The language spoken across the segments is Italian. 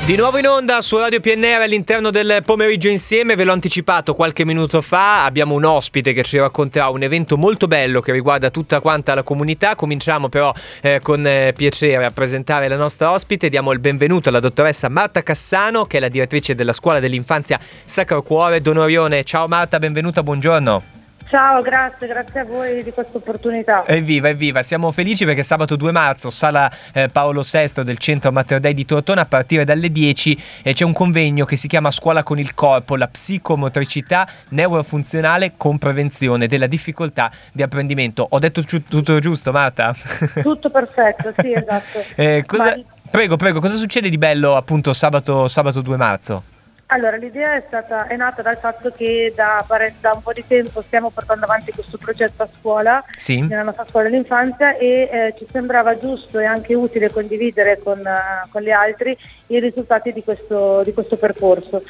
Di nuovo in onda su Radio PNR all'interno del pomeriggio insieme, ve l'ho anticipato qualche minuto fa, abbiamo un ospite che ci racconterà un evento molto bello che riguarda tutta quanta la comunità. Cominciamo però con piacere a presentare la nostra ospite, diamo il benvenuto alla dottoressa Marta Cassano, che è la direttrice della Scuola dell'Infanzia Sacro Cuore d'Onorione. Ciao Marta, benvenuta, buongiorno. Ciao, grazie a voi di questa opportunità. Evviva, siamo felici perché sabato 2 marzo, sala Paolo VI del Centro Mater Dei di Tortona, a partire dalle 10 c'è un convegno che si chiama Scuola con il corpo, la psicomotricità neurofunzionale con prevenzione della difficoltà di apprendimento. Ho detto tutto giusto, Marta? Tutto perfetto, sì, esatto. Prego, cosa succede di bello appunto sabato 2 marzo? Allora, l'idea è nata dal fatto che da un po' di tempo stiamo portando avanti questo progetto a scuola, sì, nella nostra scuola dell'infanzia, e ci sembrava giusto e anche utile condividere con gli altri i risultati di questo percorso.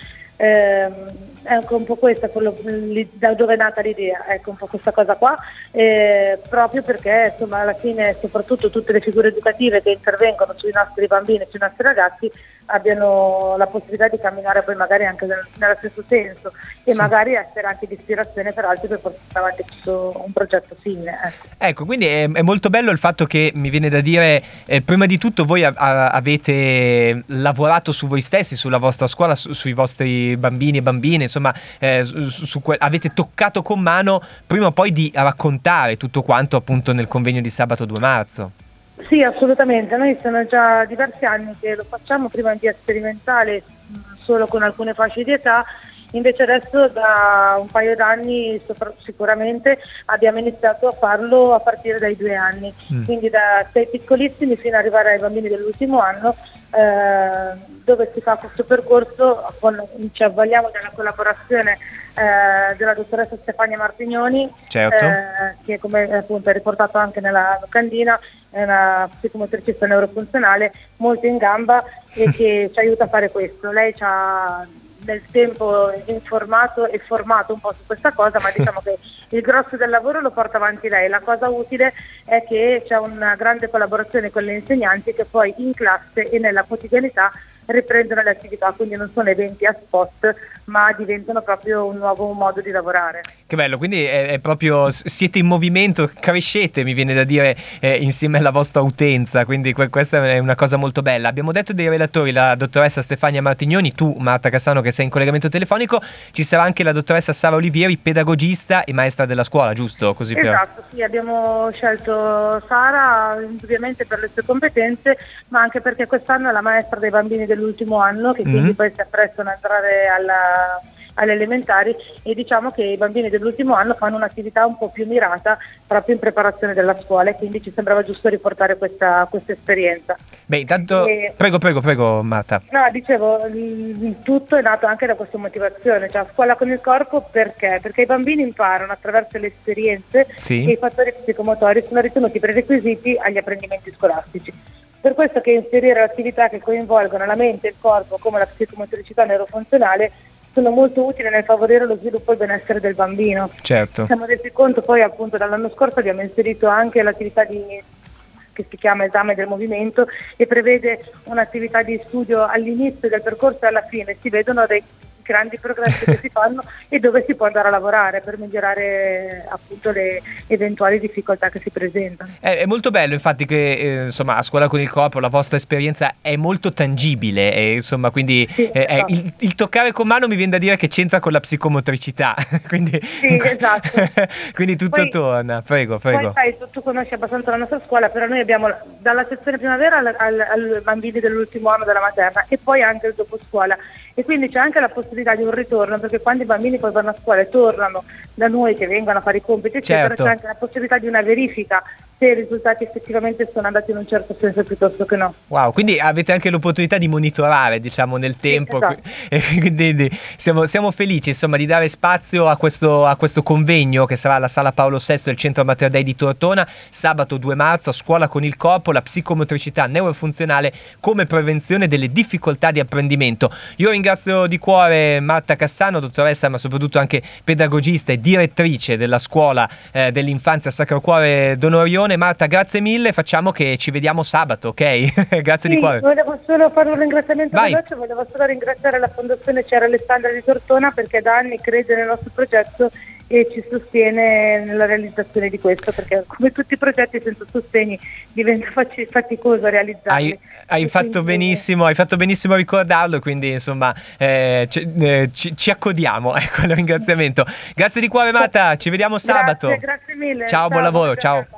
È anche un po' questa da dove è nata l'idea, ecco, un po' questa cosa qua, proprio perché insomma alla fine soprattutto tutte le figure educative che intervengono sui nostri bambini e sui nostri ragazzi abbiano la possibilità di camminare poi magari anche nello stesso senso e sì, magari essere anche di ispirazione per altri per portare avanti un progetto simile. Ecco, quindi è molto bello il fatto che mi viene da dire, prima di tutto voi avete lavorato su voi stessi, sulla vostra scuola, sui vostri bambini e bambine, insomma avete toccato con mano prima o poi di raccontare tutto quanto appunto nel convegno di sabato 2 marzo. Sì, assolutamente, noi sono già diversi anni che lo facciamo, prima di sperimentale solo con alcune fasce di età, invece adesso da un paio d'anni sicuramente abbiamo iniziato a farlo a partire dai 2 anni, quindi da 6 piccolissimi fino ad arrivare ai bambini dell'ultimo anno, dove si fa questo percorso, ci avvaliamo della collaborazione della dottoressa Stefania Martignoni, certo, che come appunto è riportato anche nella locandina, è una psicomotricista neurofunzionale molto in gamba e che ci aiuta a fare questo. Lei ci ha nel tempo informato e formato un po' su questa cosa, ma diciamo che il grosso del lavoro lo porta avanti lei. La cosa utile è che c'è una grande collaborazione con le insegnanti che poi in classe e nella quotidianità riprendono le attività, quindi non sono eventi a spot, ma diventano proprio un nuovo modo di lavorare. Che bello, quindi è proprio, siete in movimento, crescete, mi viene da dire, insieme alla vostra utenza, quindi questa è una cosa molto bella. Abbiamo detto dei relatori, la dottoressa Stefania Martignoni, tu Marta Cassano che sei in collegamento telefonico, ci sarà anche la dottoressa Sara Olivieri, pedagogista e maestra della scuola, giusto? Così esatto, sì, abbiamo scelto Sara indubbiamente per le sue competenze, ma anche perché quest'anno è la maestra dei bambini dell'ultimo anno, che quindi poi si apprestano ad entrare alle elementari, e diciamo che i bambini dell'ultimo anno fanno un'attività un po' più mirata proprio in preparazione della scuola, e quindi ci sembrava giusto riportare questa esperienza. Beh, intanto prego Marta. No, dicevo, tutto è nato anche da questa motivazione, cioè scuola con il corpo perché i bambini imparano attraverso le esperienze, sì, che i fattori psicomotori sono ritenuti prerequisiti agli apprendimenti scolastici. Per questo che inserire attività che coinvolgono la mente e il corpo, come la psicomotricità neurofunzionale, sono molto utili nel favorire lo sviluppo e il benessere del bambino. Certo. Siamo resi conto poi appunto dall'anno scorso abbiamo inserito anche l'attività che si chiama esame del movimento e prevede un'attività di studio all'inizio del percorso e alla fine. Si vedono dei grandi progressi che si fanno e dove si può andare a lavorare per migliorare appunto le eventuali difficoltà che si presentano. È molto bello infatti che insomma a scuola con il corpo la vostra esperienza è molto tangibile e insomma quindi sì, esatto, il toccare con mano mi viene da dire che c'entra con la psicomotricità, quindi, sì, esatto. Quindi tutto poi, torna. Prego. Poi sai, tu conosci abbastanza la nostra scuola, però noi abbiamo dalla sezione primavera ai bambini dell'ultimo anno della materna e poi anche il dopo scuola, e quindi c'è anche la possibilità di un ritorno, perché quando i bambini poi vanno a scuola e tornano da noi che vengono a fare i compiti eccetera, certo, c'è anche la possibilità di una verifica se i risultati effettivamente sono andati in un certo senso piuttosto che no. Wow, quindi avete anche l'opportunità di monitorare, diciamo, nel tempo. Sì, esatto. Quindi siamo felici, insomma, di dare spazio a questo convegno che sarà alla Sala Paolo VI del Centro Mater Dei di Tortona, sabato 2 marzo, a scuola con il corpo, la psicomotricità neurofunzionale come prevenzione delle difficoltà di apprendimento. Io ringrazio di cuore Marta Cassano, dottoressa, ma soprattutto anche pedagogista e direttrice della scuola dell'infanzia Sacro Cuore Donorione. Marta, grazie mille, facciamo che ci vediamo sabato, ok? Grazie di cuore. Volevo solo fare un ringraziamento Vai. veloce, volevo solo ringraziare la Fondazione Ciara Alessandra di Tortona, perché da anni crede nel nostro progetto e ci sostiene nella realizzazione di questo, perché come tutti i progetti senza sostegni diventa faticoso realizzarli. Hai fatto benissimo a ricordarlo, quindi insomma ci accodiamo, ecco il ringraziamento. Grazie di cuore Marta, ci vediamo sabato. Grazie mille. Ciao, buon lavoro, ciao.